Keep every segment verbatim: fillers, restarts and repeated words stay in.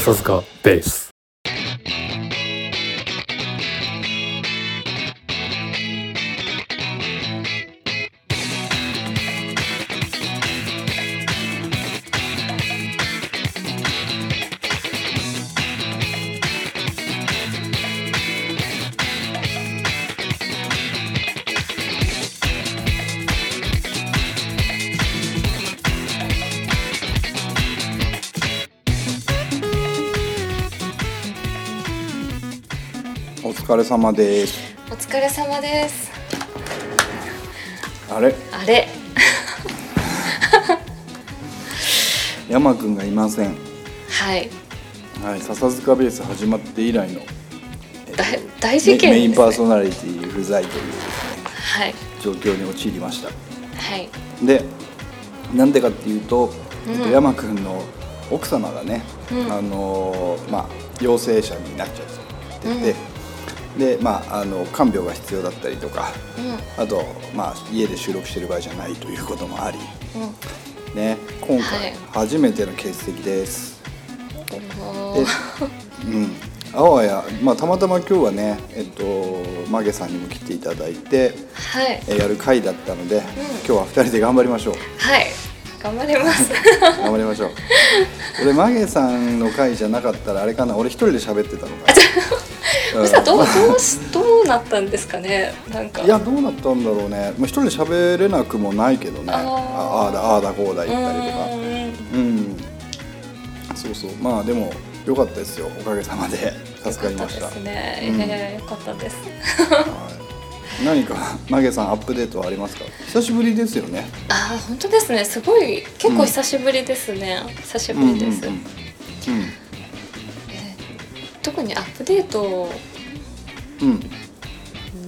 笹塚ベース。 お疲れ様です。 お疲れ様です。 あれあれ山くんがいません。 はい、 はい、笹塚ベース始まって以来の、えっと、 大, 大事件ですね。 メインパーソナリティ不在というですね、 はい、 状況に陥りました。 はい、 で、なんでかっていうと、 うん、 えっと、山くんの奥様がね、 うん、 あのまあ陽性者になっちゃってて、うんでまあ、あの看病が必要だったりとか、うん、あと、まあ、家で収録してる場合じゃないということもあり、うんね、今回初めての欠席です。はい、で、うん、あわや、まあ、たまたま今日はね、えっと、マゲさんにも来ていただいて、はい、えやる回だったので、うん、今日はふたりで頑張りましょう。 はい、頑張ります頑張りましょう。俺マゲさんの回じゃなかったらあれかな、俺一人で喋ってたのかなうん、どうどうどうなったんですかね。なんかいやどうなったんだろうね。まあ、一人で喋れなくもないけどね。ああだああだこうだ言ったりとか。うん、うん、そうそう。まあでも良かったですよ。おかげさまで助かりました。 良かったですね。うん、いやいや良かったです。 はい、何かマゲさんアップデートはありますか。久しぶりですよね。 ああ本当ですね。すごい結構久しぶりですね。うん、久しぶりです。うん。うんうんうん特にアップデート、うん、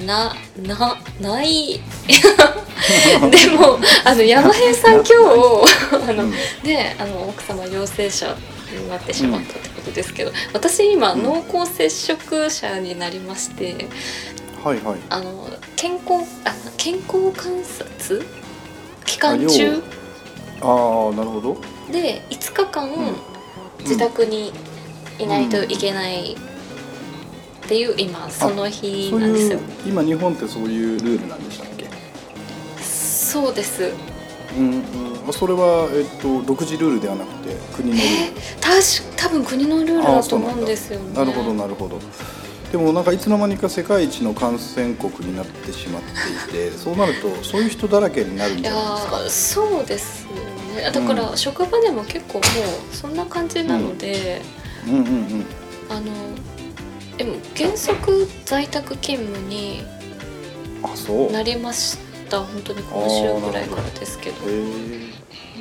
な、な、ないでもあの山平さん今日あの、ね、あの奥様陽性者になってしまったってことですけど、私今濃厚接触者になりまして、うんはいはい、あの健康あ健康観察期間中ああなるほどでいつかかん、うん、自宅にいないといけないっていう今その日なんですよ。 そういう今日本ってそういうルールなんでしたっけ。 そうです。 うん、うん、それは、えっと、独自ルールではなくて国のルール、 えー、たし多分国のルールだと思うんですよね。 なるほどなるほど。でもなんかいつの間にか世界一の感染国になってしまっていてそうなるとそういう人だらけになるんじゃないですか。 いやそうですよね。だから職場でも結構もうそんな感じなので、うん、うんうんうんあのでも原則在宅勤務になりました本当に今週ぐらいからですけど。へうん、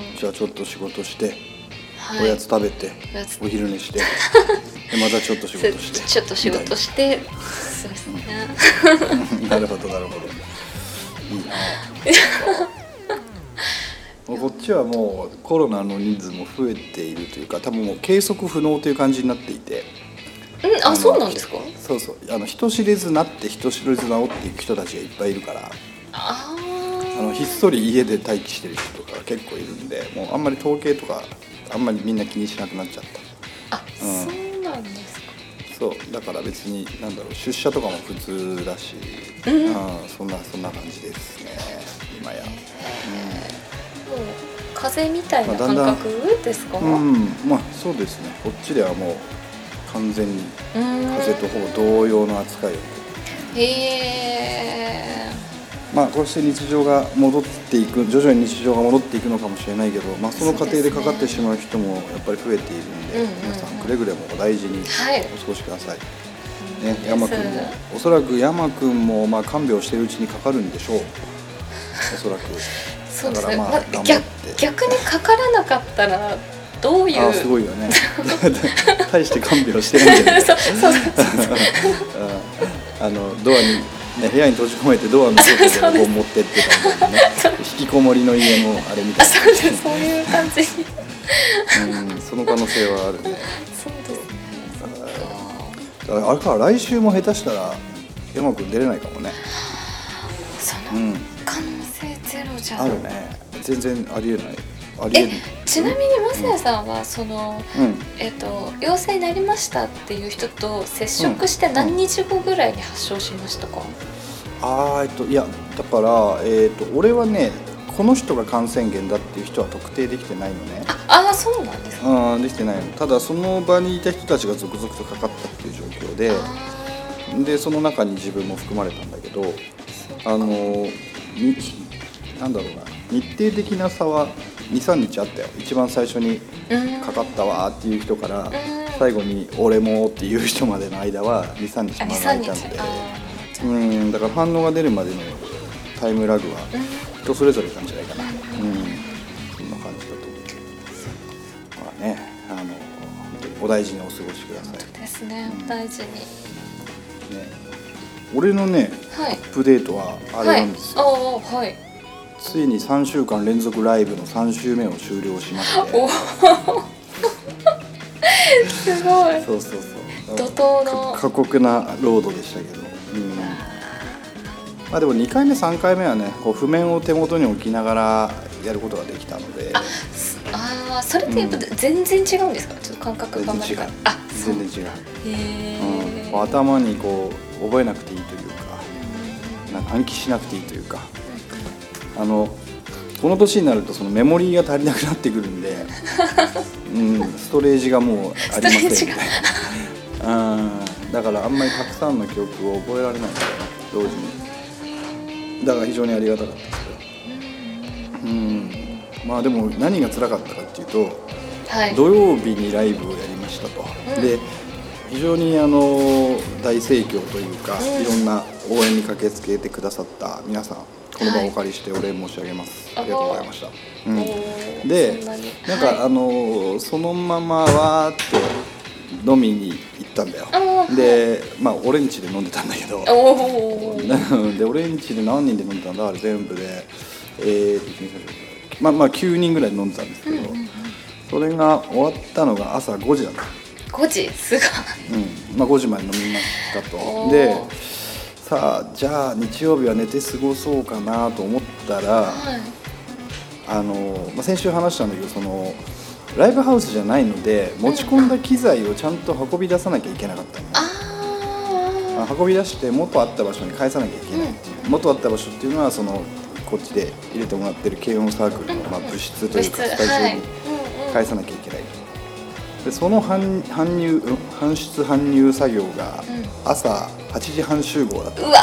じゃあちょっと仕事して、はい、おやつ食べてお昼寝してでまたちょっと仕事してちょっと仕事してそうですねなるほどなるほどいいなこっちはもうコロナの人数も増えているというか多分もう計測不能という感じになっていてうん、あ、そうなんですか。 そうそうあの人知れずなって人知れず治っていく人たちがいっぱいいるからああのひっそり家で待機してる人とか結構いるんでもうあんまり統計とかあんまりみんな気にしなくなっちゃった。 あ、うん、そうなんですか。 そうだから別に何だろう出社とかも普通だし、 うん、 うん、そんなそんな感じですね今や、うん、もう風邪みたいな感覚ですか。 まあ、うんまあそうですねこっちではもう完全に風邪とほぼ同様の扱いをへえまあこうして日常が戻っていく徐々に日常が戻っていくのかもしれないけど、まあ、その過程でかかってしまう人もやっぱり増えているんで、皆さんくれぐれもお大事にお過ごしください、はいね、山くんもおそらく山くんもまあ看病しているうちにかかるんでしょうおそらくそうですね、まあ、逆, 逆にかからなかったらどういうあすごいよね大して看病してないんじゃないですかあのドアに、ね、部屋に閉じ込めてドアの外で本持ってってたんでね引きこもりの家のあれみたいなそうですそういう感じうんその可能性はあるねそうですねだからあれから来週も下手したら山くん出れないかもねその可能性ゼロじゃん、 うん、あるね全然ありえないありえる。 ちなみにマサヤさんはその、うん、えっと陽性になりましたっていう人と接触して何日後ぐらいに発症しましたか？ うん、あえっといやだから、えー、と俺はねこの人が感染源だっていう人は特定できてないのね。 ああそうなんですか。 うんできてないの。ただその場にいた人たちが続々とかかったっていう状況で、でその中に自分も含まれたんだけど、あのになんだろうな日程的な差はにさんにちあったよ。一番最初にかかったわっていう人から最後に俺もっていう人までの間はにさんにち間が空いたので、うんだから反応が出るまでのタイムラグは人それぞれなんじゃないかな。うんそんな感じだと思う。まあねあの本当にお大事にお過ごしください。 本当ですね、うん、お大事に。ね俺のね、はい、アップデートはあれなんですよ。 はい、あはいついにさんしゅうかん連続ライブのさん週目を終了しまして。 おすごい。 そうそうそう。 怒涛の過酷なロードでしたけど、うんまあ、でもにかいめさんかいめはねこう譜面を手元に置きながらやることができたので。 ああそれってやっぱ全然違うんですか？ちょっと感覚が。 全然違う。 あ全然違う。 へー、 うん、頭にこう覚えなくていいというか、なんか暗記しなくていいというか、あのこの年になるとそのメモリーが足りなくなってくるんで、うん、ストレージがもうありませんみたいな。うんだからあんまりたくさんの曲を覚えられないんだよね同時に。だから非常にありがたかったですけど、うんまあでも何が辛かったかっていうと、はい、土曜日にライブをやりましたと、うん、で非常にあの大盛況というか、うん、いろんな応援に駆けつけてくださった皆さんこの場をお借りしてお礼申し上げます、はい、ありがとうございました。うん、でな, なんか、はい、あのそのままわーって飲みに行ったんだよ。でまあ俺ん家で飲んでたんだけどで俺ん家で何人で飲んでたんだあれ全部でえーとまあまあきゅうにんぐらい飲んでたんですけど、うんうんうん、それが終わったのが朝ごじだった。 ごじすごい、 うんまあ、ごじまで飲みましたと。でさあじゃあ日曜日は寝て過ごそうかなと思ったら、はい、あのまあ、先週話したんだけどそのライブハウスじゃないので持ち込んだ機材をちゃんと運び出さなきゃいけなかったの、ね、あ運び出して元あった場所に返さなきゃいけないっていう、うん、元あった場所っていうのはそのこっちで入れてもらってる軽音サークルの、まあ、部室というかスタジオに返さなきゃいけない。でその 搬, 搬入搬出搬入作業が朝はちじはん集合だった。 う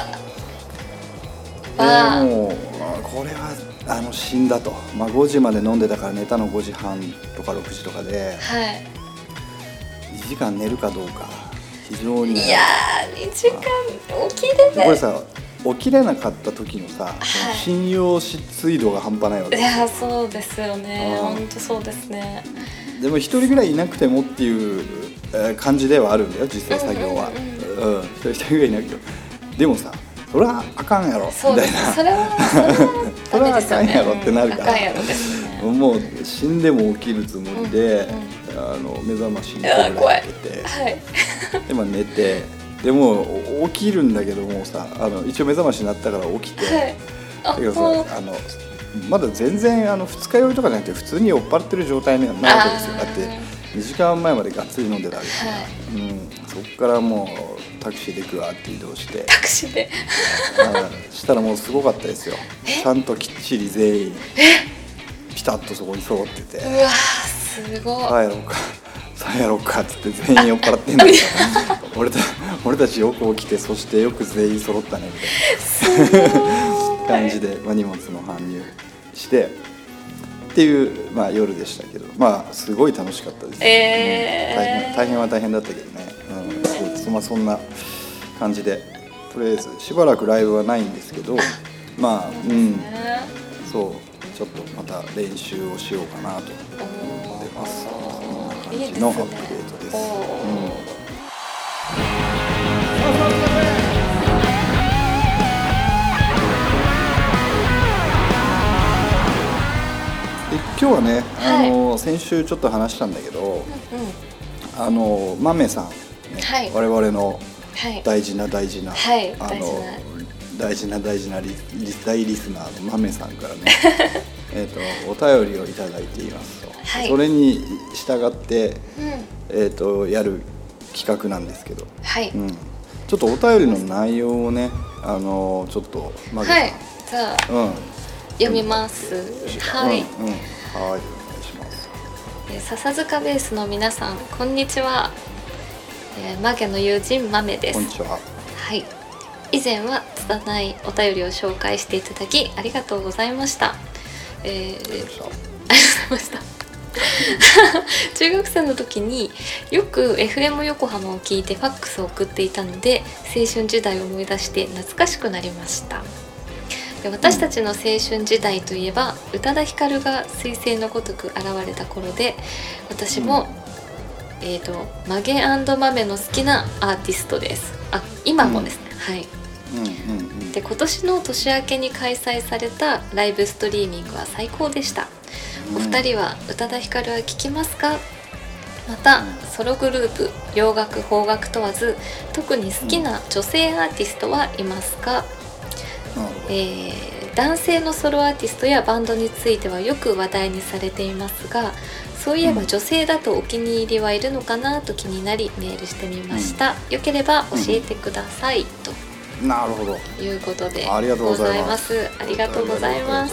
わでもうこれはあの死んだと、まあ、ごじまで飲んでたから寝たのごじはんとかろくじとかで、はい、にじかん寝るかどうか非常に、ね、 いやーにじかん起きれない。 これさ起きれなかった時のさ、はい、信用失墜度が半端ないわけ。 いやそうですよね本当そうですね。 でも一人ぐらいいなくてもっていう感じではあるんだよ実際作業は。一人ぐらいいなくてもでもさそれはあかんやろみたいな。 それはそれはあかんやろってなるから、 ね、 もう死んでも起きるつもりで、うんうん、あの目覚ましにこうやってて、はい、でまあ寝てでも起きるんだけどもさあの一応目覚ましになったから起きて、はい、だけどさあのまだ全然あの二日酔いとかじゃなくて普通に酔っ払ってる状態なわけですよ。だってにじかんまえまでがっつり飲んでたわけですから、はいうん、そこからもうタクシーで行くわって移動してタクシーでしたらもうすごかったですよ。ちゃんときっちり全員ピタッとそこに揃っててうわすごいさあやろうかさあやろうかっつって全員酔っ払ってんだけど俺た俺たちよく起きてそしてよく全員揃ったねみたいな感じで、まあ、荷物の搬入してっていう、まあ、夜でしたけどまあすごい楽しかったです、えーうん、大変、大変は大変だったけどね、うんまあ、そんな感じでとりあえずしばらくライブはないんですけどまあうんそうちょっとまた練習をしようかなと思ってます。こんな感じのアップデートです。今日はね、あの、はい、先週ちょっと話したんだけど、うんうん、あのマメさん、ねはい、我々の大事な大事な、はい、あの大事な大事なリ大リスナーのマメさんからねえー、とお便りをいただいていますと、 はい、 それに従って、 うんえー、とやる企画なんですけど、 はいうん、ちょっとお便りの内容をね、あのー、ちょっとまず、 はい、じゃあ、うん、読みます。はい、 うんうん、はい、お願いします。 笹塚ベースの皆さん、こんにちは。えー、マゲの友人マメです。 こんにちは。 はい、以前は拙いお便りを紹介していただきありがとうございました。えー、ありがとうございました。中学生の時によく エフエム 横浜を聞いてファックスを送っていたので、青春時代を思い出して懐かしくなりました。で、私たちの青春時代といえば、宇多田ヒカルが彗星のごとく現れた頃で、私も、うん、えーとマゲ&マメの好きなアーティストです。あ、今もですね、うん、はい、うんうんうん、で、今年の年明けに開催されたライブストリーミングは最高でした。お二人は宇多田ヒカルは聴きますか？またソログループ、洋楽邦楽問わず特に好きな女性アーティストはいますか？うん、えー、男性のソロアーティストやバンドについてはよく話題にされていますが、そういえば女性だとお気に入りはいるのかなと気になりメールしてみました。うん、よければ教えてください、うん、となるほどいうことでありがとうございます。 ありがとうございます。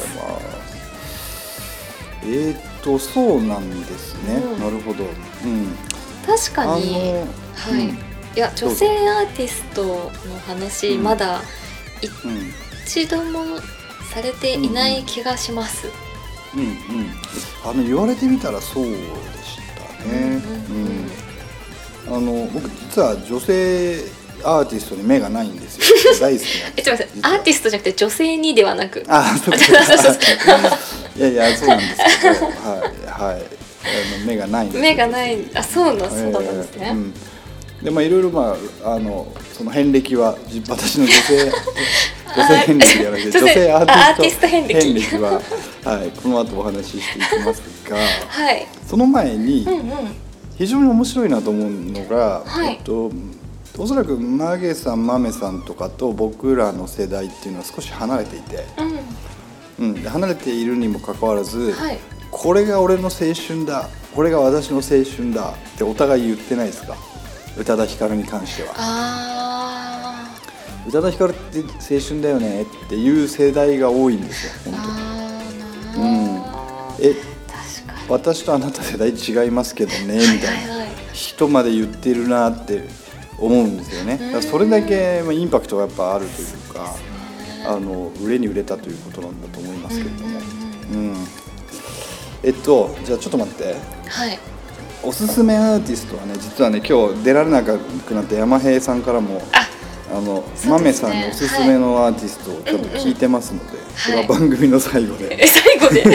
えーとそうなんですね、うん、なるほど、うん、 確かに、はい、うん、いや女性アーティストの話、うん、まだ一度もされていない気がします。 うんうん、うん、あの言われてみたらそうでしたね。うんうんうん、あの僕実は女性アーティストに目がないんですよ。大好きなんです。 え、ちょっと待って、アーティストじゃなくて女性にではなく。 あ、そうですいやいや、そうなんですけど、はいはい、あの目がないんですよ。 目がない、あ、そうな、そうだったんですね。えーうん、 で、まあいろいろ、まああのその遍歴は私の女性女性遍歴ではなくて女性アーティスト遍歴は、はい、この後お話ししていきますが、はい、その前に、うんうん、非常に面白いなと思うのが、はい、えっとおそらくマゲさん、マメさんとかと僕らの世代っていうのは少し離れていて、うんうん、離れているにもかかわらず、はい、これが俺の青春だ、これが私の青春だってお互い言ってないですか？宇多田ヒカルに関しては。あ、宇多田ヒカルって青春だよねっていう世代が多いんですよ、本当に。うん、え、確かに私とあなた世代違いますけどね、みたいな人まで言ってるなって思うんですよね。だからそれだけインパクトがやっぱあるというか、あの売れに売れたということなんだと思いますけれども、うんうんうん、えっとじゃあちょっと待って、はい、おすすめアーティストはね、実はね今日出られなくなった山平さんからもあのマメ、ね、さんにおすすめのアーティストをちょっと聞いてますので、はい、それは番組の最後で、はい、 最後で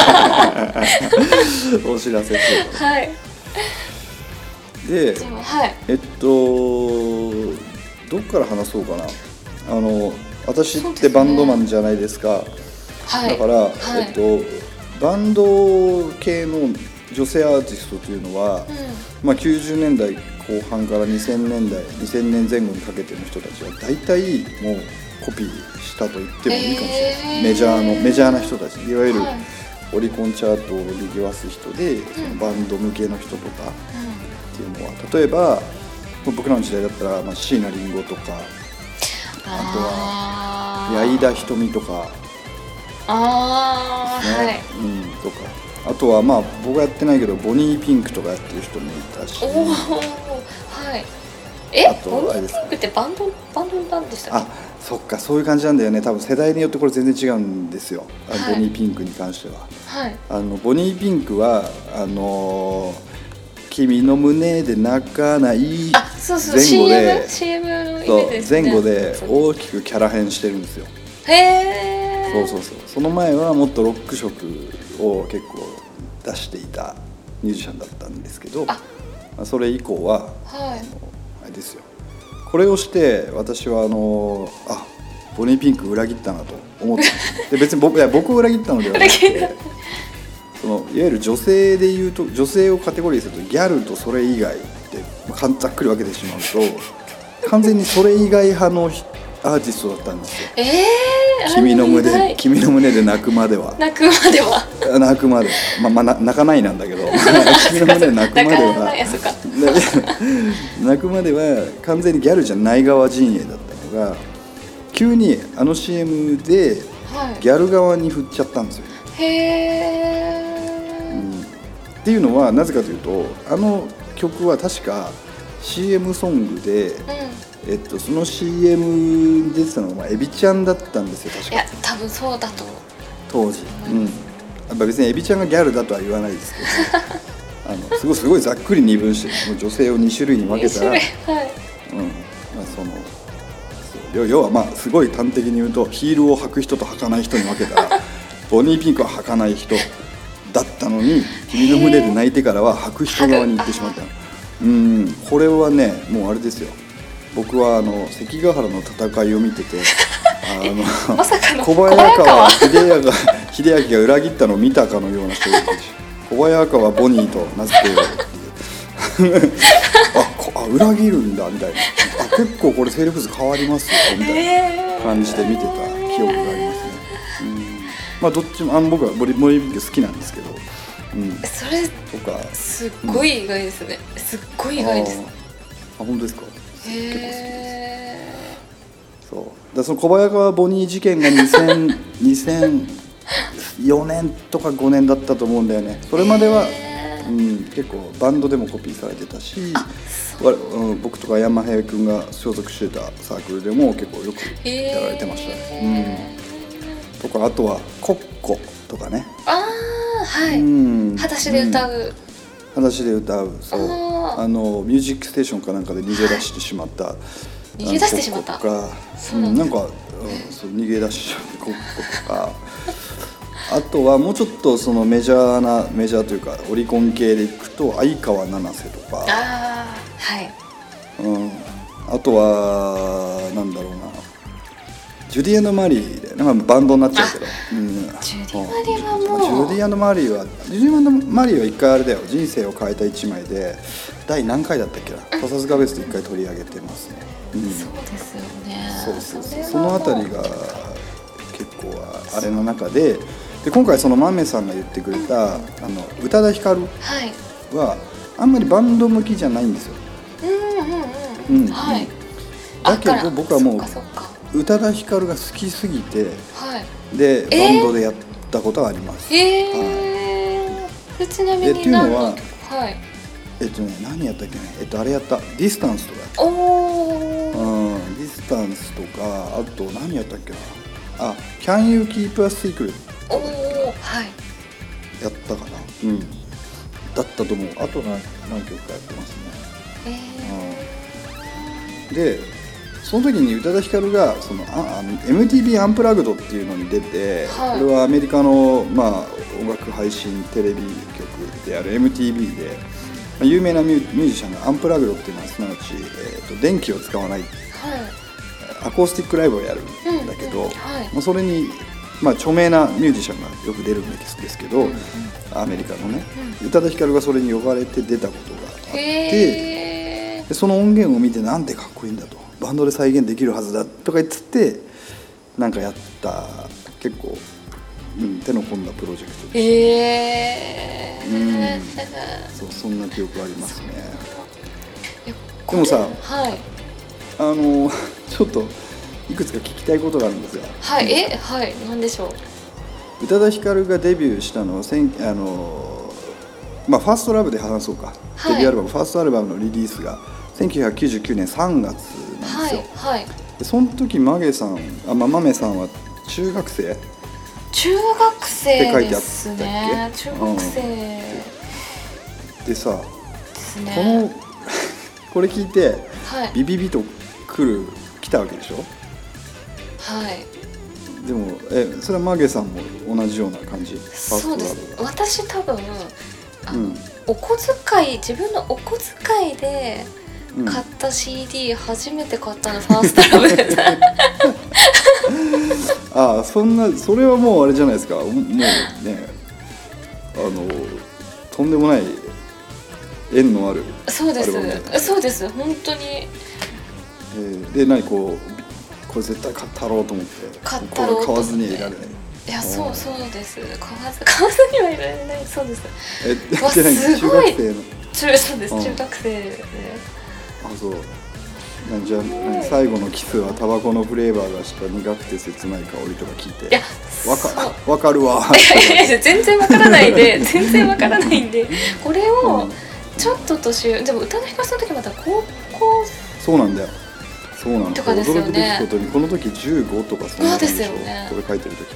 お知らせする。はい。で、はい、えっとどっから話そうかな。あの私ってバンドマンじゃないですか。はい、だから、はい、えっとバンド系の女性アーティストというのは、うん、まあ、きゅうじゅうねんだいこう半からにせんねんだいにせんねんぜん後にかけての人たちは大体もうコピーしたと言ってもいいかもしれない、えー、メジャーのメジャーな人たち、いわゆるオリコンチャートを賑わす人で、そのバンド向けの人とかっていうのは、例えば僕らの時代だったら、まあ、椎名林檎とか、あとは矢井田瞳とか、あ、ね、はい、うん、とか、あとはまあ僕はやってないけどボニーピンクとかやってる人もいたし、お、はい、 え、ボニーピンクってバンドバンドなんでしたっけ？あ、 そっか、そういう感じなんだよね。多分世代によってこれ全然違うんですよ、はい、ボニーピンクに関しては、はい、あのボニーピンクはあのー君の胸で泣かない前後で、 シーエム のイメージですね。 前後で大きくキャラ変してるんですよ。 へー。 そうそうそう。その前はもっとロック色を結構出していたミュージシャンだったんですけど、あ、それ以降は、はい、あのあれですよ。これをして私はあのあボニーピンク裏切ったなと思ってで別に僕いや僕を裏切ったのではなくてそのいわゆる女性でいうと女性をカテゴリーするとギャルとそれ以外ってざっくり分けてしまうと完全にそれ以外派のアーティストだったんですよ。 え君の胸君の胸で泣くまでは泣くまでは泣くまではまあ、まあ、泣かないなんだけど君の胸で泣くまでは泣くまでは完全にギャルじゃない側陣営だったのが急にあの シーエム でギャル側に振っちゃったんですよ。 へー、 うん、っていうのはなぜかというとあの曲は確か シーエム ソングで、うんえっと、その シーエム に出てたのがエビちゃんだったんですよ確か。 いや多分そうだと当時、うん、やっぱ別にエビちゃんがギャルだとは言わないですけどあのすごいすごいざっくり二分して女性をに種類に分けたら、はいうんまあ、その要はまあすごい端的に言うとヒールを履く人と履かない人に分けたらボニーピンクは履かない人だったのに君の胸で泣いてからは履く人側に行ってしまったうんこれはねもうあれですよ。僕はあの関ヶ原の戦いを見ててあのまさかの小早川秀明が秀明が裏切ったのを見たかのような衝撃でした小早川ボニーと名付けようっていうあこあ裏切るんだみたいなあ結構これセリフ数変わりますよみたいな感じで見てた記憶がありますね、うんまあ、どっちもあの僕はボリボリビンク好きなんですけど、うん、 それとかすっごい意外ですね、うん、すっごい意外です。 あ、本当ですか。 へ結構好きです。そうだその小早川ボニー事件がにせん にせんよねんとかごねんだったと思うんだよね。それまでは、うん、結構バンドでもコピーされてたし、うん、僕とか山平君が所属してたサークルでも結構よくやられてましたね、うん、とかあとはコッコとかね。 ああはい、うん、裸足で歌う、うん裸足で歌うそうあのミュージックステーションかなんかで逃げ出してしまった、はい、 逃げ出してしまったかそうなん、うん、なんか、うん、そう逃げ出しちゃってコッコとかあとはもうちょっとそのメジャーなメジャーというかオリコン系でいくと相川七瀬とかあはい、 うん、あとはなんだろうなジュディ&マリーでなんかバンドになっちゃうけど、うん、 ジュディ・マリーはもうジュディ&マリーはジュディ&マリーは一回あれだよ人生を変えた一枚で第何回だったっけな笹塚ベースで一回取り上げてますね、 うん、そうですよねそうそうそう そ, そのあたりが結構あれの中でで今回そのマメさんが言ってくれた、うん、あの宇多田ヒカルはあんまりバンド向きじゃないんですよ。 うんうんうん、うん、はい。 だけど僕はもう宇多田ヒカルが好きすぎて、はい、でバンドでやったことがあります。 へえー。はい、ちなみにっていうのは、 はい、 えっとね何やったっけねえっとあれやったディスタンスとかやった。 おうんディスタンスとかあと何やったっけなあ Can You Keep a Secret おおはいやったかなうんだったと思う。あと何何曲かやってますね。 えー、 うん、でその時に宇多田ヒカルがそのああの エムティービー アンプラグドっていうのに出て、はい、これはアメリカの、まあ、音楽配信テレビ局である エムティービー で、まあ、有名なミュージシャンがアンプラグドっていうのはすなわち、えー、と電気を使わない、はい、アコースティックライブをやるんだけど、うんうんはいまあ、それに、まあ、著名なミュージシャンがよく出るんですけど、うんうん、アメリカのね、うん、宇多田ヒカルがそれに呼ばれて出たことがあってでその音源を見てなんてかっこいいんだとバンドで再現できるはずだとか言ってなんかやった結構、うん、手の込んだプロジェクトでした、 えーうん、そうそんな記憶ありますね。でもさ、はい、あのちょっといくつか聞きたいことがあるんですがはいえはい何でしょう。宇多田ヒカルがデビューしたのはあの、まあ、ファーストラブで話そうか、はい、デビューアルバムファーストアルバムのリリースがせんきゅうひゃくきゅうじゅうきゅうねんさんがつなんですよ、 はいはい、 でその時マゲさんあ、まあ、マメさんは中学生中学生って書いてあったっけですね中学生、 うん、でさですね、 このこれ聞いて、 はい、 ビビビと来る来たわけでしょ。 はいでもえそれはマゲさんも同じような感じ。 そうです私多分あの、うん、お小遣い自分のお小遣いで買った シーディー 初めて買ったのファーストラブだああそんなそれはもうあれじゃないですか。もうねあのとんでもない縁のあるそうですそうです本当に、 えー、で何こうこれ絶対買ったろうと思って買ったろうと思ってこれ買わずにはいられない。 いやそうそうです買わず買わずにはいられないそうです。 えわすごい中学生の中そうです中学生で、 あそうなんじゃあ最後のキスはタバコのフレーバーがした苦くて切ない香りとか聞いて、 いやわかわかるわいやいや全然わからないんで全然わからないんでこれをちょっと年上でも宇多田ヒカルさんの時まだ高校そうなんだよそうなのとかですよね。 驚くべきことにこの時じゅうごとかそんなそうでんですしょ、 よね。 これ書いてる時って、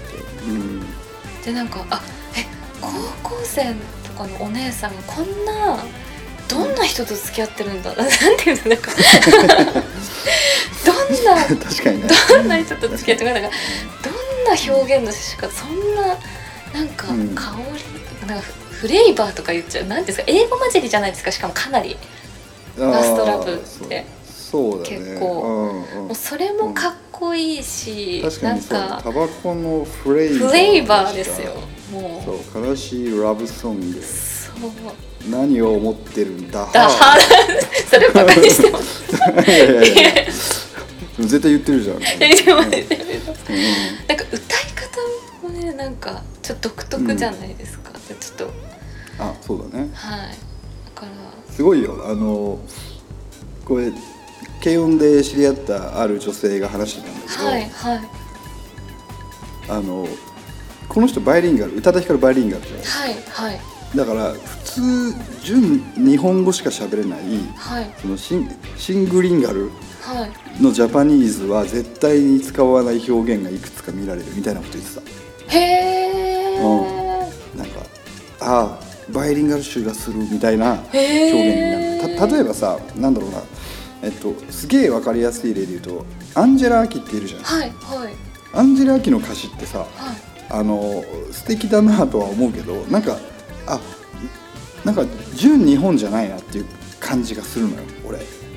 うん、 でなんかあえ高校生とかのお姉さんがこんなどんな人と付き合ってるんだなんていうのなんかどんな確かにねどんな人と付き合ってるかなんかどんな表現の仕方そんななんか香り、うん、なんかフレーバーとか言っちゃうなんていうんですか英語混じりじゃないですかしかもかなりファーストラブってそうだね結構、うんうん、もうそれもかっこいいし、 うん、確かにそうなんかタバコのフレーバーフレーバーですよもうそう悲しいラブソングそう何を思ってるんだだはそれバカにしてますいやいやいや絶対言ってるじゃん言ってます、うん、 なんか歌い方もねなんかちょっと独特じゃないですか、うん、ちょっとあそうだねはいだからすごいよあのこれ軽音で知り合ったある女性が話してたんだけど、 はいはい、 あのこの人バイリンガル宇多田ヒカルバイリンガルじゃないはいはいだから普通純日本語しか喋れない、 はい、 そのシン、シングリンガルのジャパニーズは絶対に使わない表現がいくつか見られるみたいなこと言ってた。 へー、 うん、なんかああバイリンガル臭がするみたいな表現になる。た例えばさなんだろうなえっとすげえ分かりやすい例で言うとアンジェラ・アキっているじゃん、 はいはい、 アンジェラ・アキの歌詞ってさ、 はい、 あの素敵だなとは思うけどなんかあなんか純日本じゃないなっていう感じがするのよ俺。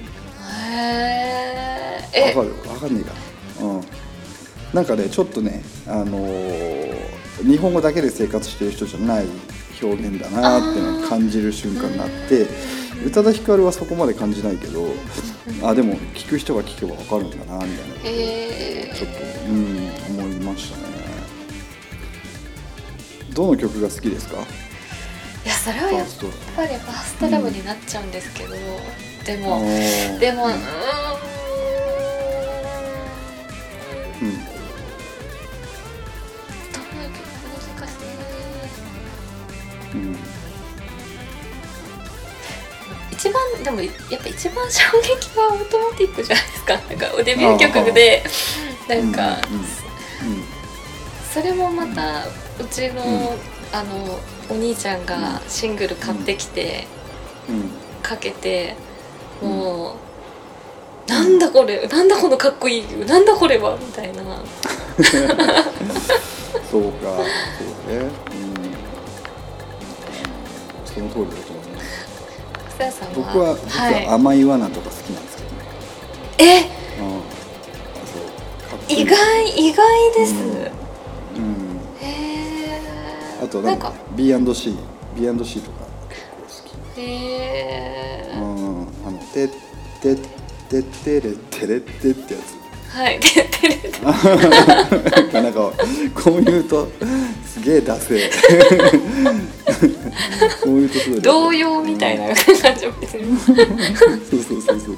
へえ。 わかるわかんねえか。うん。なんかねちょっとねあのー、日本語だけで生活してる人じゃない表現だなっていうのを感じる瞬間があって宇多田ヒカルはそこまで感じないけどあでも聞く人が聞けばわかるんだなみたいなことをちょっと、うん、思いましたね。どの曲が好きですか？ いやそれはやっぱりファーストラブになっちゃうんですけど、うん、でもでもうーん、うん、どんな曲難しい、うん、一番でもやっぱ一番衝撃はオートマティックじゃないですか。なんかデビュー曲でなんか、うんうんうん、それもまたうちの、うん、あのお兄ちゃんがシングル買ってきて、うんうん、かけてもう、うん、なんだこれなんだこのかっこいい曲なんだこれはみたいなそうかそうね、うん、その通りだと思います。 さんは僕は実は甘い罠とか好きなんですけどね、 はい、え、うん、 そうかっこいい意外意外です、うんうん、 へーあとなんか ビーアンドシー ビーアンドシー とか結構好き。 へー、 うん、あのてってってってれってれってってやつはいてってれってなんかこう言うとすげえダセえこういうとすごい童謡みたいな感じも別にそうそうそうそうそう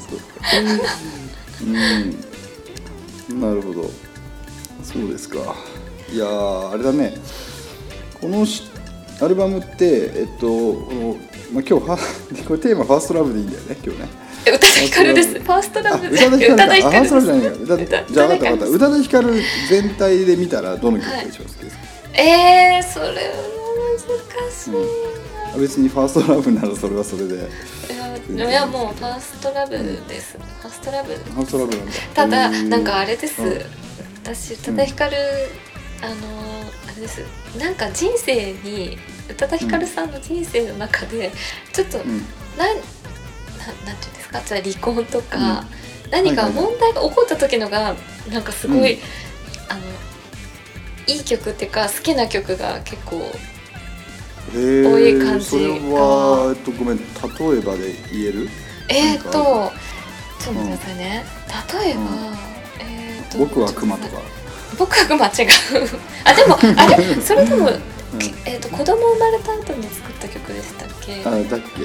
うんなるほどそうですか。いやーあれだねこのアルバムってえっとこの、まあ、今日はこれテーマファーストラブでいいんだよね今日ね。 宇多田ヒカルです。ファーストラブで。 宇多田ヒカルか。あ、ファーストラブじゃないか。じゃあ分かった分かった。宇多田ヒカル全体で見たらどの曲が一番好きですか？ はい、えー、それは難しい、 うん。別にファーストラブならそれはそれで。 いや、いやもうファーストラブです。うん、ファーストラブ。 ファーストラブなんだ。 ただなんかあれです。うん、私宇多田ヒカル、うん、あのあれです。なんか人生に宇多田ヒカルさんの人生の中でちょっと、うん、なん。なんていうんですか、じゃあ離婚とか、うん、何か問題が起こった時のがなんかすごい、うん、あのいい曲っていうか好きな曲が結構多い感じが。 それは、えっと、ごめん例えばで言える？ えーっとちょっと待ってくださいね、うん、例えば、うん、え僕はクマとか僕はクマ違うあでもあれそれでも、うんえー、と子供生まれた後に作った曲でしたっけ。 あだっけだっけ、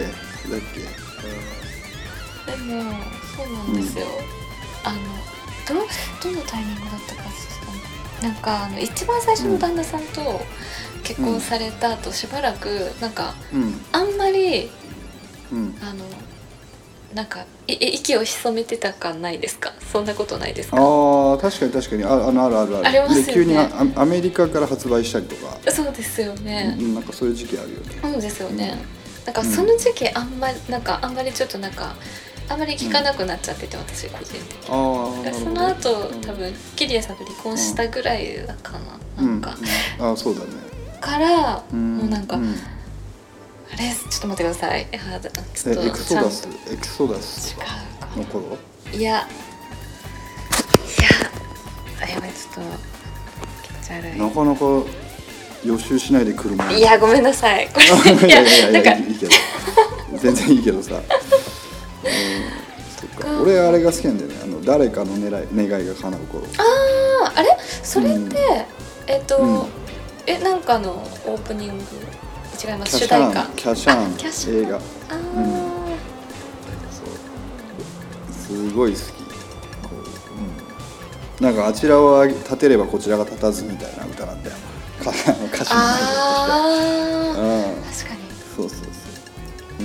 でもそうなんですよ、うん、あの ど, どのタイミングだったかなんかあの一番最初の旦那さんと結婚された後しばらくなんか、うん、あんまり、うん、あのなんかい息を潜めてた感ないですか。そんなことないですか。 ああ確かに確かに あ, あのあるあるあるありますよね。 で急に ア, アメリカから発売したりとか。 そうですよね、 うん、なんかそういう時期あるよね。 そうですよね、うん、なんかその時期あんまりなんかあんまりちょっとなんかあんまり聞かなくなっちゃってて、うん、私個人的に。あその後、うん、多分キリアさんと離婚したぐらいだかな、うん、なんか、 うん、あそうだねから、うん、もうなんか、うん、あれちょっと待ってください。あちょっとエクソダスエクソダスの頃いやいやあやばいちょっと気持ち悪い。 なかなか予習しないで車いやごめんなさいこれいやいやいやいやいいけど全然いいけどさ、うん、そっか俺あれが好きなんだよね。あの誰かの狙い願いが叶う頃。 あああれそれって、うん、えっと、うん、えなんかのオープニング違います。主題歌キャシャーンキャシャーン映画。ああ、うん、そうすごい好き。こう、うん、なんかあちらを立てればこちらが立たずみたいな歌なんだよ。歌詞の内容として。ああ、うん、確かに。そうそうそう。うん。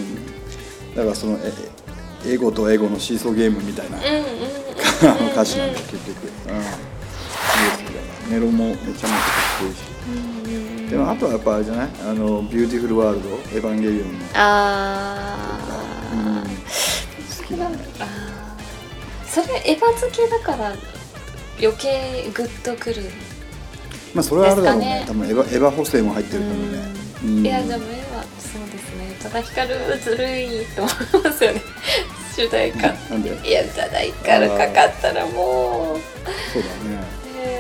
だからそのえエゴとエゴのシーソーゲームみたいな、うんうん、歌詞なんだ結局。うん。メロもめちゃめちゃかっこいいし、うん、でもあとはやっぱあれじゃないあのビューティフルワールドエヴァンゲリオンのあー、うん、 好きだね。あそれエヴァ好きだから余計グッとくる。 まあそれはあるだろうね。多分エヴァ、エヴァ補正も入ってるからね、 うん、いやでもエヴァそうですね。宇多田ヒカルずるいと思いますよね主題歌、うん、なんでいや宇多田ヒカルかかったらもうそうだね。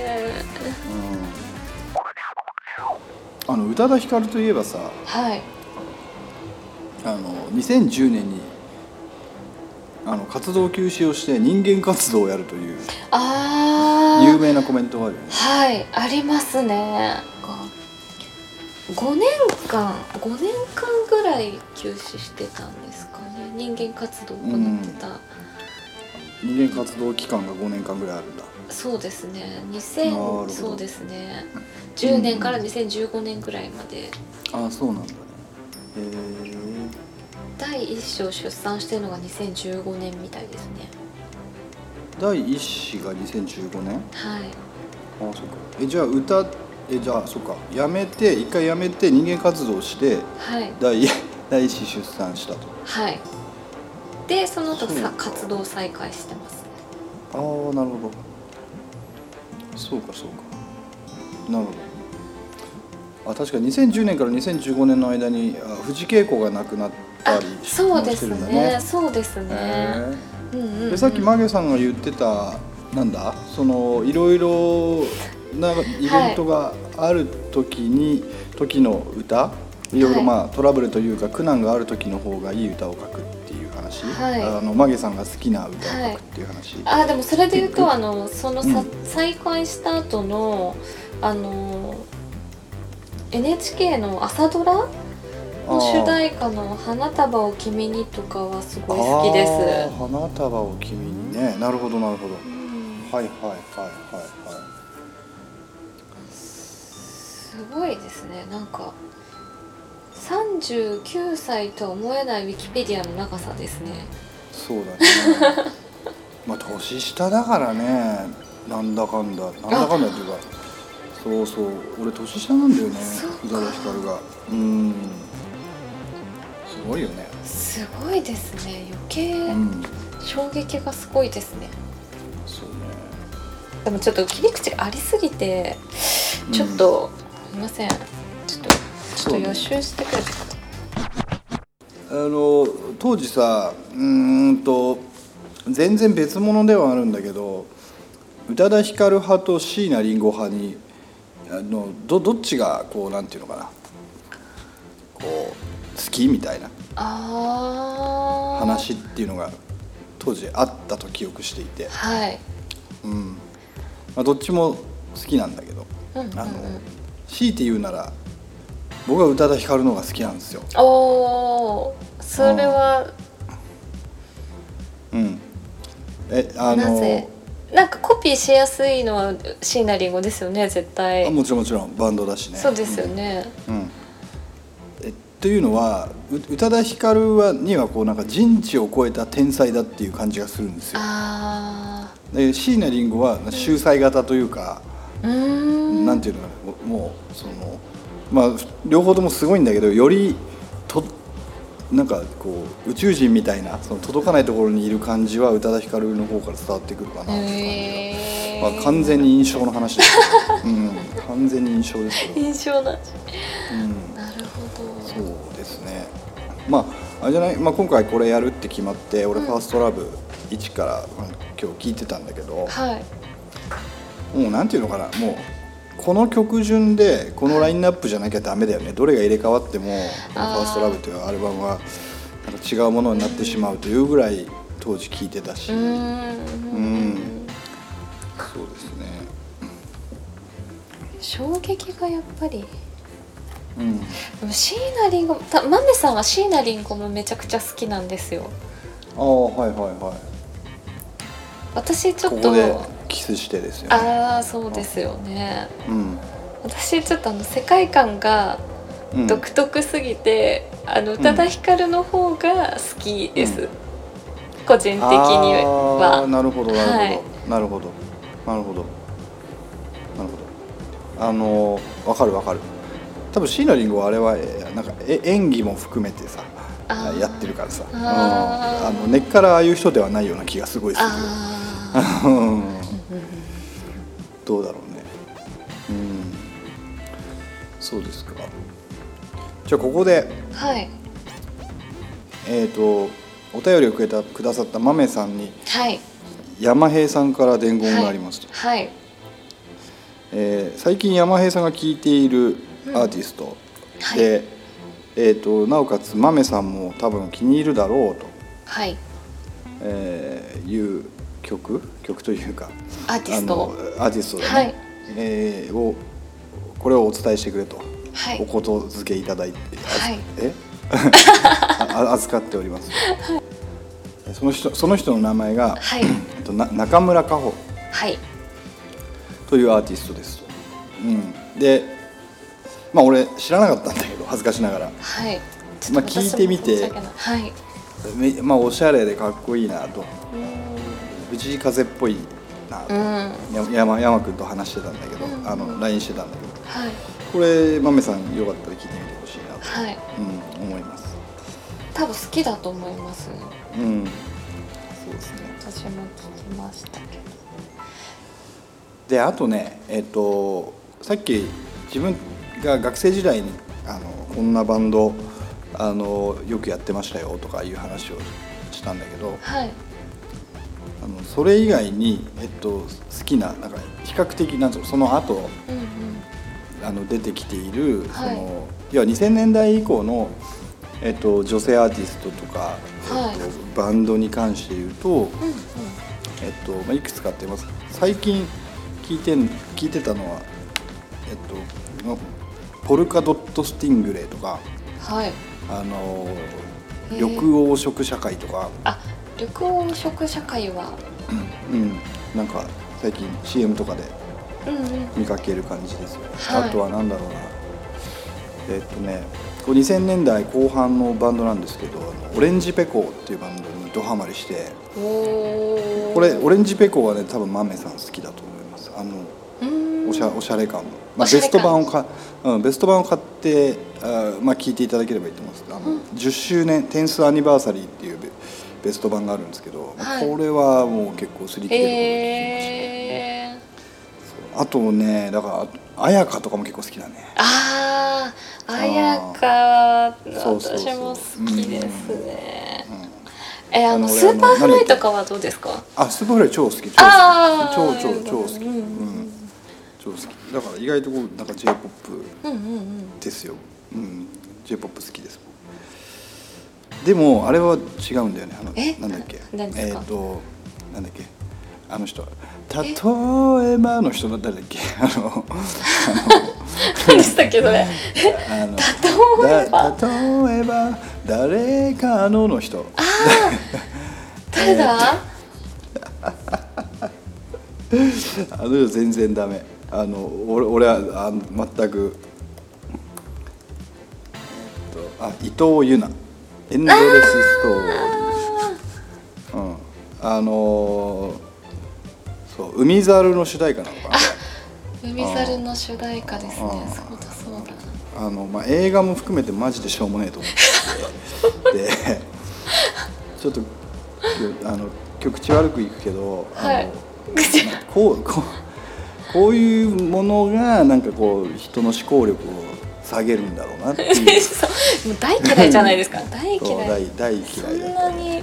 うん、あの宇多田ヒカルといえばさ、 はい、 あのにせんじゅうねんにあの活動休止をして人間活動をやるというあ有名なコメントがあるよね。 はいありますね。ごねんかんごねんかんぐらい休止してたんですかね。人間活動を行ってた、 うん、人間活動期間がごねんかんぐらいあるんだ。 そうですねにせんそうですねじゅうねんからにせんじゅうごねんぐらいまで、 うん、ああそうなんだね。へえ。 第一子を出産してるのがにせんじゅうごねんみたいですね。 第一子がにせんじゅうごねん。はい。ああそうか。えじゃあ歌えじゃあそうかやめて一回やめて人間活動して、はい、第, 第一子出産したと。はいでその後さ活動再開してますね。 ああなるほど。そうかそうかなるほど。あ確かににせんじゅうねんからにせんじゅうごねんの間に藤圭子が亡くなったりしてるんだね。 そうですね。 でさっきマゲさんが言ってたなんだそのいろいろなイベントがある時に、はい、時の歌いろいろまあ、はい、トラブルというか苦難がある時の方がいい歌を書くっていう話、はい、あのマゲさんが好きな歌を書くっていう話、 はい、あでもそれで言うとあのそのさ、うん、再開した後のあの エヌエイチケー の朝ドラの主題歌の花束を君にとかはすごい好きです。 花束を君にね。なるほどなるほど、うん、はいはいはいはいはい。 すごいですね。なんかさんじゅうきゅうさいとは思えないウィキペディアの長さですね。 そうだねまあ年下だからね。なんだかんだなんだかんだっていうかそうそう俺年下なんだよね宇多田ヒカルが。うんすごいよね。 すごいですね。余計、うん、衝撃がすごいですね。 そうね。 でもちょっと切り口がありすぎてちょっと、うん、すいませんちょっとちょっと予習してくれてあの当時さうーんと全然別物ではあるんだけど宇多田ヒカル派と椎名林檎派にあの ど, どっちがこうなんていうのかなこう好きみたいな話っていうのが当時あったと記憶していて、 はい、 うん、 まあ、どっちも好きなんだけど、うんうんうん、あの強いて言うなら僕は宇多田ヒカルの方が好きなんですよ。 おー、それはうんえあのなぜ？なんかコピーしやすいのは椎名林檎ですよね、絶対。 あもちろんもちろんバンドだしね。 そうですよね、 うんうん、えというのは宇多田ヒカルはにはこうなんか人知を超えた天才だっていう感じがするんですよ。 あで椎名林檎は秀才型というか、 うん、 なんていうのかな、もうそのまあ両方ともすごいんだけど、よりとなんかこう宇宙人みたいなその届かないところにいる感じは宇多田ヒカルの方から伝わってくるかなっていう感じが、まあ、完全に印象の話ですけど、うん、完全に印象ですけど印象な、うん、なるほど。 そうですね。まああれじゃない、まあ、今回これやるって決まって俺ファーストラブいちから、まあ、今日聞いてたんだけど、 はい、 もうなんていうのかな、もうこの曲順でこのラインナップじゃなきゃダメだよね、どれが入れ替わってもこの「ファーストラブというアルバムはなんか違うものになってしまうというぐらい当時聴いてたし、うんうんそうですね、 衝撃がやっぱり、 うん、 でも椎名林檎、マメさんは椎名林檎もめちゃくちゃ好きなんですよ。 ああはいはいはい。 私ちょっとここでキスしてですよね。 ああそうですよね、 うん、 私ちょっとあの世界観が独特すぎて、うん、あの宇多田ヒカルの方が好きです、うん、個人的には。 あなるほどなるほど、はい、なるほどなるほどなるほど、あの分かる分かる。多分椎名林檎はあれはなんか演技も含めてさやってるからさ、あ、うん、あの根っからああいう人ではないような気がすごいする。どうだろうね。うん、そうですか。じゃあここで、 はい、 えっとお便りをくれたくださったまめさんに、 はい、 山平さんから伝言がありますと。 はいはい、 えー、最近山平さんが聴いているアーティストで、うんはい、えー、となおかつまめさんも多分気に入るだろうと、 はいえー、いう曲曲というかアーティストアーティストだね、はい、えー、をこれをお伝えしてくれと、はい、おことづけいただいて、はい、え預かっております、はい、その人その人の名前が、はい、な中村佳穂、はい、というアーティストです、うん、でまあ俺知らなかったんだけど恥ずかしながら、はい、まあ聞いてみて、はい、まあおしゃれでかっこいいなと、藤井風っぽいなと、うん、山山君と話してたんだけど、うん、あの ライン してたんだけど、はい、これまめさんよかったら聞いてみてほしいなと、はい、うん、思います。 多分好きだと思います。 うん、そうですね。 私も聞きましたけど。 であとね、えっとさっき自分が学生時代にあのこんなバンドあのよくやってましたよとかいう話をしたんだけど、はい、あのそれ以外に、えっと、好きななんか比較的なんていうのその後、うんうん、あの出てきている、はい、その要はにせんねんだい以降の、えっと、女性アーティストとか、はい、えっと、バンドに関して言うと、うんうん、えっとまあ、いくつかあってます。最近聞いて聞いてたのは、えっと、ポルカドットスティングレイとか、はい、あの緑黄色社会とか。 あ、緑黄色社会は、 うん、うん、なんか最近 シーエム とかで見かける感じですよ、うんうん、あとはなんだろうな、えっとねこうにせんねんだいこう半のバンドなんですけど、オレンジペコーっていうバンドにドハマりして、おこれオレンジペコーはね多分マメさん好きだと思います。あのおしゃ、おしゃれ感も、まあ、ベスト版をか、うん、ベスト版を買ってあ、まあ、聞いていただければいいと思います。あの、うん、じゅっしゅうねんテンスアニバーサリーっていうベ、ベスト版があるんですけど、はい、これはもう結構すり切れることができました、えー、あとねだから綾香とかも結構好きだね。 ああ綾香私も好きですね。えー、あのスーパーフライとかはどうですか？ あ、スーパーフライ超好き、超好き、超超超好き、うん、超好き。だから意外とこうなんか J-ポップ ですよ、うんうんうん、J-ポップ 好きです。でもあれは違うんだよね。あのなんだっけ、 えー、となんだっけあの人例えばの人だったらだっけあの何でしたっけそれあの例えばだ例えば誰かのの人あ誰だあの人全然ダメあの 俺, 俺はあ全く、えっと、あ伊藤優奈エンドレスストーリー、うん、あのそう海猿の主題歌なのかな海猿の主題歌ですね。そうだそうだあの、まあ、映画も含めてマジでしょうもねえと思ってでちょっとあの口悪くいくけど、 はい、 あのこうこうこういうものがなんかこう人の思考力を下げるんだろうなっていうもう大嫌いじゃないですか大嫌い大大嫌いだった、ね、 そんなに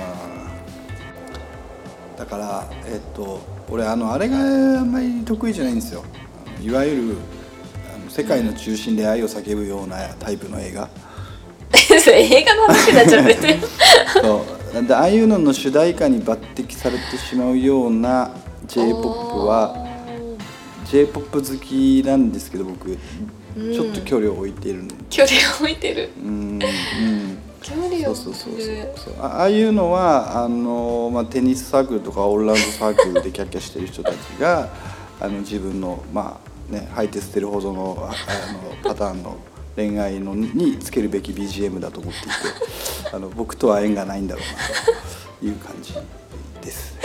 だからえっと俺あのあれがあんまり得意じゃないんですよいわゆるあの世界の中心で愛を叫ぶようなタイプの映画それ映画の話になっちゃってそうでああいうのの主題歌に抜擢されてしまうような J-ポップ は J-ポップ 好きなんですけど僕、うん、ちょっと距離を置いている距離を置いてるうん、うん距離を置いてるそうそうそうそうあああいうのはあの、まあ、テニスサークルとかオールラウンドサークルでキャッキャしてる人たちがあの自分の、まあね、吐いて捨てるほどの、あのパターンの恋愛のにつけるべき ビージーエム だと思っていてあの僕とは縁がないんだろうなという感じです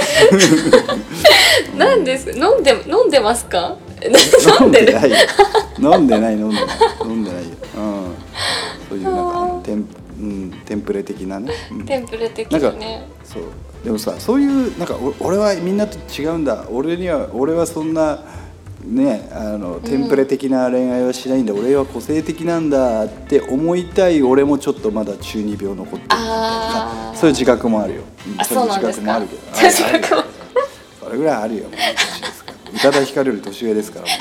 何です飲んで飲んでますか飲んでないよ飲んでない飲んでない飲んでないよ、うん、そういうなんかあのテン、うん、テンプレ的なね、うん、 テンプレ的なねそうでもさそういうなんか俺はみんなと違うんだ俺には俺はそんなねあのテンプレ的な恋愛はしないんだ、うん、俺は個性的なんだって思いたい俺もちょっとまだ中二病残ってるみたいなそういう自覚もあるよ、 うん、あそうなんですかそういう自覚もあるけどそれぐらいあるよもう年ですから宇多田ヒカルより年上ですから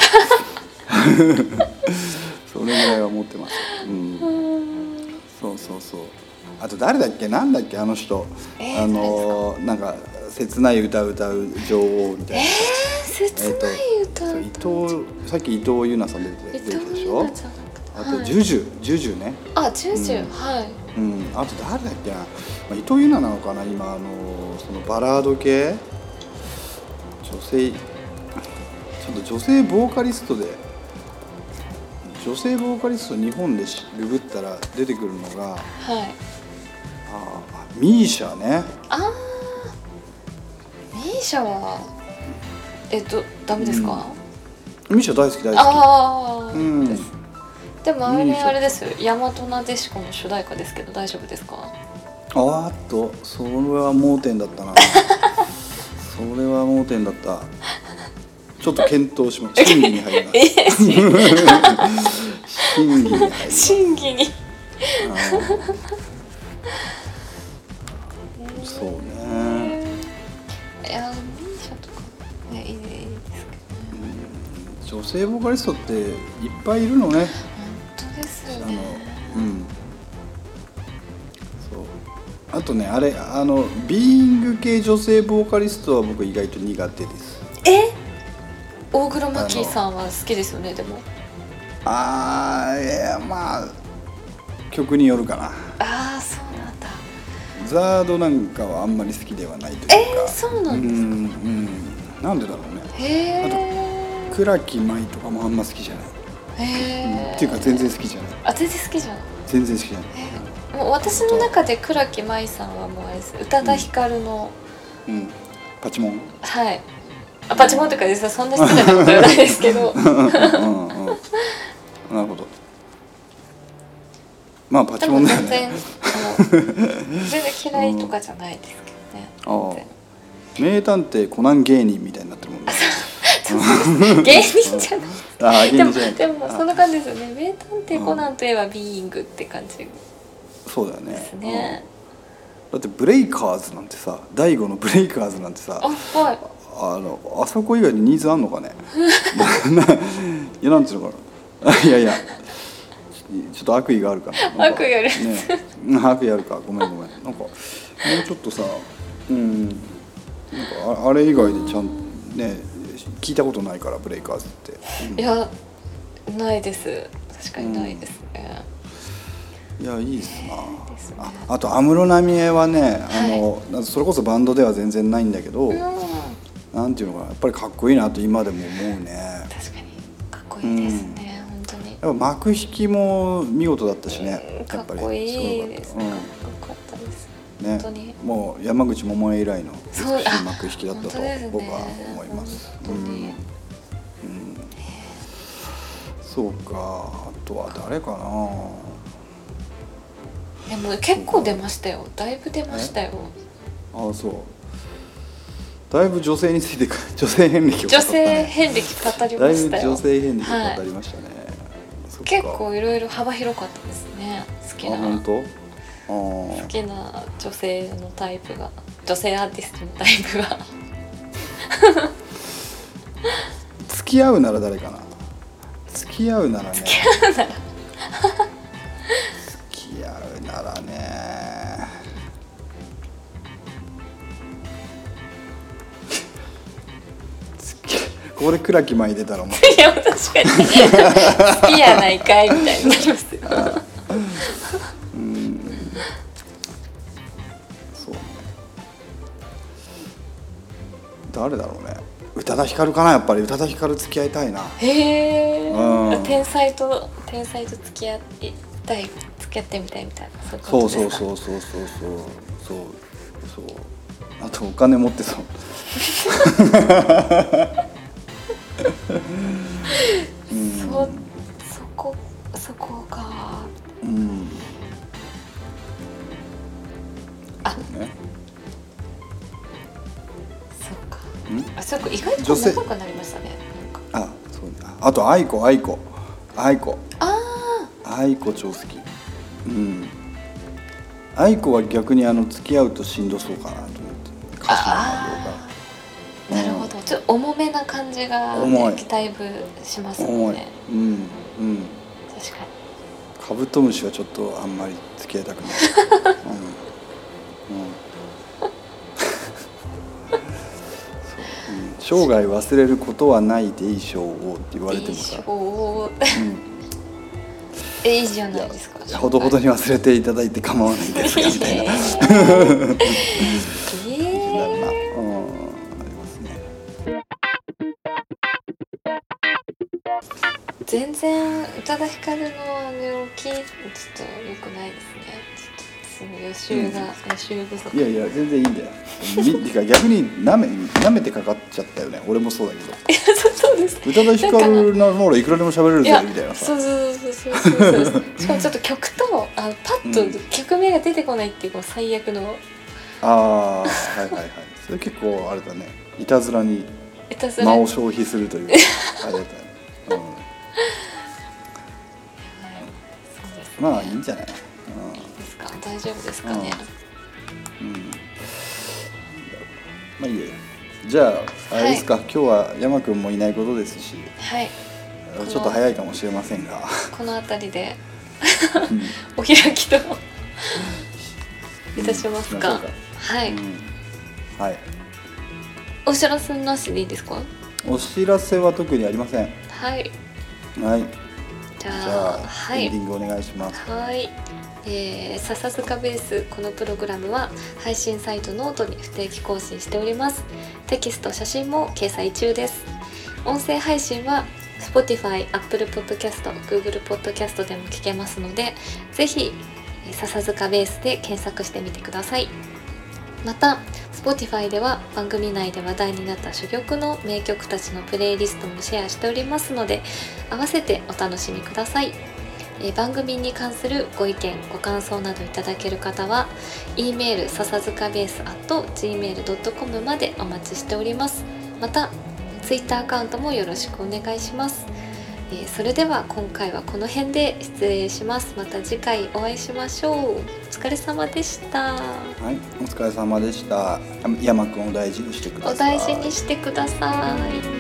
それぐらいは持ってます、うん、そうそうそうあと誰だっけなんだっけあの人、えー、あのなんか切ない歌歌う女王みたいな、 えー、切ない歌歌う、 えー、と伊藤さっき伊藤優奈さん出て出てるでしょあとジュジュジュジュねあジュジュ、うん、はい、 うん、あと誰だっけな、まあ、伊藤優奈なのかな今あのそのバラード系女性ちょっと女性ボーカリストで女性ボーカリスト日本でググったら出てくるのが、はい、あミーシャねあミーシャはえっとダメですか、 うん、ミーシャ大好き大好きあ、うん、ですでもあれあれです大和なでしこの主題歌ですけど大丈夫ですかあっとそれは盲点だったなそれは盲点だったちょっと検討します。審議に入ります。審議に入ります。 審議に。 そうね。 いや、ミーシャとかねいいですけどね。 女性ボーカリストっていっぱいいるのね。 本当ですよね。 あの、うん。そう。あとね、あれあのビーイング系女性ボーカリストは僕意外と苦手です。 え？大黒摩季さんは好きですよねでもあーいやまあ曲によるかなあーそうなんだザードなんかはあんまり好きではないというかえー、そうなんですかうん、 うん、なんでだろうねへーあと倉木舞とかもあんま好きじゃないへー、うん、っていうか全然好きじゃないあ全然好きじゃない全然好きじゃないもう私の中で倉木舞さんはもうあれです宇多田ヒカルの、 うん、うん、パチモンはいあパチモンとかですそんな失礼なこと言わないですけどうん、うん、なるほどまあパチモンだよね全然全然嫌いとかじゃないですけどね、 うん、あ名探偵コナン芸人みたいになってるもんね芸人じゃないあ芸人じゃないでも、でもそんな感じですよね名探偵コナンといえばビーイングって感じそうだよねですね、 うん、だってブレイカーズなんてさ大悟のブレイカーズなんてさあはいあのあそこ以外にニーズあんのかねいやなんていうのかないやいやちょっと悪意があるかな悪意あるね悪意あるかごめんごめんなんかもうちょっとさうんなんか あ, あれ以外でちゃんね聞いたことないからブレイカーズって、 うん、いやないです、確かにないですね、 うん、いやいいですな、ね、あ, あと安室奈美恵はね、あの、はい、それこそバンドでは全然ないんだけど、うん、なんていうのかな、やっぱりかっこいいなと今でも思うね。 確かにかっこいいですね、うん、本当に。 やっぱ幕引きも見事だったしね、 うん、かっこいいですね、うん、かっこよかったですね。本当にもう山口百恵以来の美しい幕引きだったと僕は思います。 本当に、うんうん、 そうか、あとは誰かな。 でも結構出ましたよ、だいぶ出ましたよ。 ああ、そう。だいぶ女性について女性遍歴を語ったね。女性遍歴語りましたよ。だいぶ女性遍歴を語りましたね、はい、結構いろいろ幅広かったですね。好きな、 あ、本当？あ、 好きな女性のタイプが、女性アーティストのタイプが付き合うなら誰かな。付き合うならね、 付き合うなら付き合うならねここで倉木舞出たらもういや確かに好きやないかいみたいになりますようん、そうね。誰だろうね。宇多田ヒカルかな。やっぱり宇多田ヒカル付き合いたいな。 へえ、うん、天才と天才と付き合いたい、付き合ってみたいみたいな、 そうそうそうそうそうそうそうそう。あとお金持ってそううん、そそこそこか。うん。あ、そうね。そうか。あ、そうか、意外と長くなりましたね。 なんか。あ、そうね。あと愛子愛子愛子。 ああ。愛子超好き。うん。愛子は逆にあの付き合うとしんどそうかなと思って。歌詞の内容が。 なるほど、ちょっと重めな感じが、ね、だいぶしますもんね。 うんうん。 確かに。 カブトムシはちょっとあんまり付き合いたくない。うんうん、そう、うん、生涯忘れることはないでいしょうって言われてもさ。 でいしょう。え、いいじゃないですか。 ほどほどに忘れていただいて構わないですかみたいな。 全然宇多田ヒカルのあれを聞いてちょっと良くないですね。ちょっとその予習が、うん、予習不足。 いやいや全然いいんだよ。みか逆になめなめてかかっちゃったよね。俺もそうだけど。いやそうです。 宇多田ヒカルのノーラいくらでも喋れるぜみたいなさ。 そうそうそうそうそうそう。しかもちょっと曲とあパッと曲名が出てこないっていうこう最悪の。 ああ、はいはいはい。それ結構あれだね。いたずらに間を消費するというあれだったね。うん、まあいいんじゃない。 うん、いいですか、大丈夫ですかね。 うん、うん、まあいいよ。じゃああれですか、はい、今日は山くんもいないことですし、 はい、 ちょっと早いかもしれませんが、 この辺りでお開きといたしますか。うん、はい、うん、はい。お知らせなしでいいですか。 お知らせは特にありません。 はいはい。 じゃあ、じゃあはい、 エンディングお願いします。 はい、えー、笹塚ベース、このプログラムは配信サイトノートに不定期更新しております。テキスト、写真も掲載中です。音声配信は Spotify、Apple Podcast、Google Podcast でも聞けますので、ぜひ笹塚ベースで検索してみてください。また Spotify では番組内で話題になった珠玉の名曲たちのプレイリストもシェアしておりますので、合わせてお楽しみください。えー、番組に関するご意見ご感想などいただける方は E メール笹塚ベース アットジーメールドットコム までお待ちしております。また Twitter アカウントもよろしくお願いします。えー、それでは今回はこの辺で失礼します。また次回お会いしましょう。お疲れ様でした。 はい、お疲れ様でした。山くんお大事にしてください。 お大事にしてください。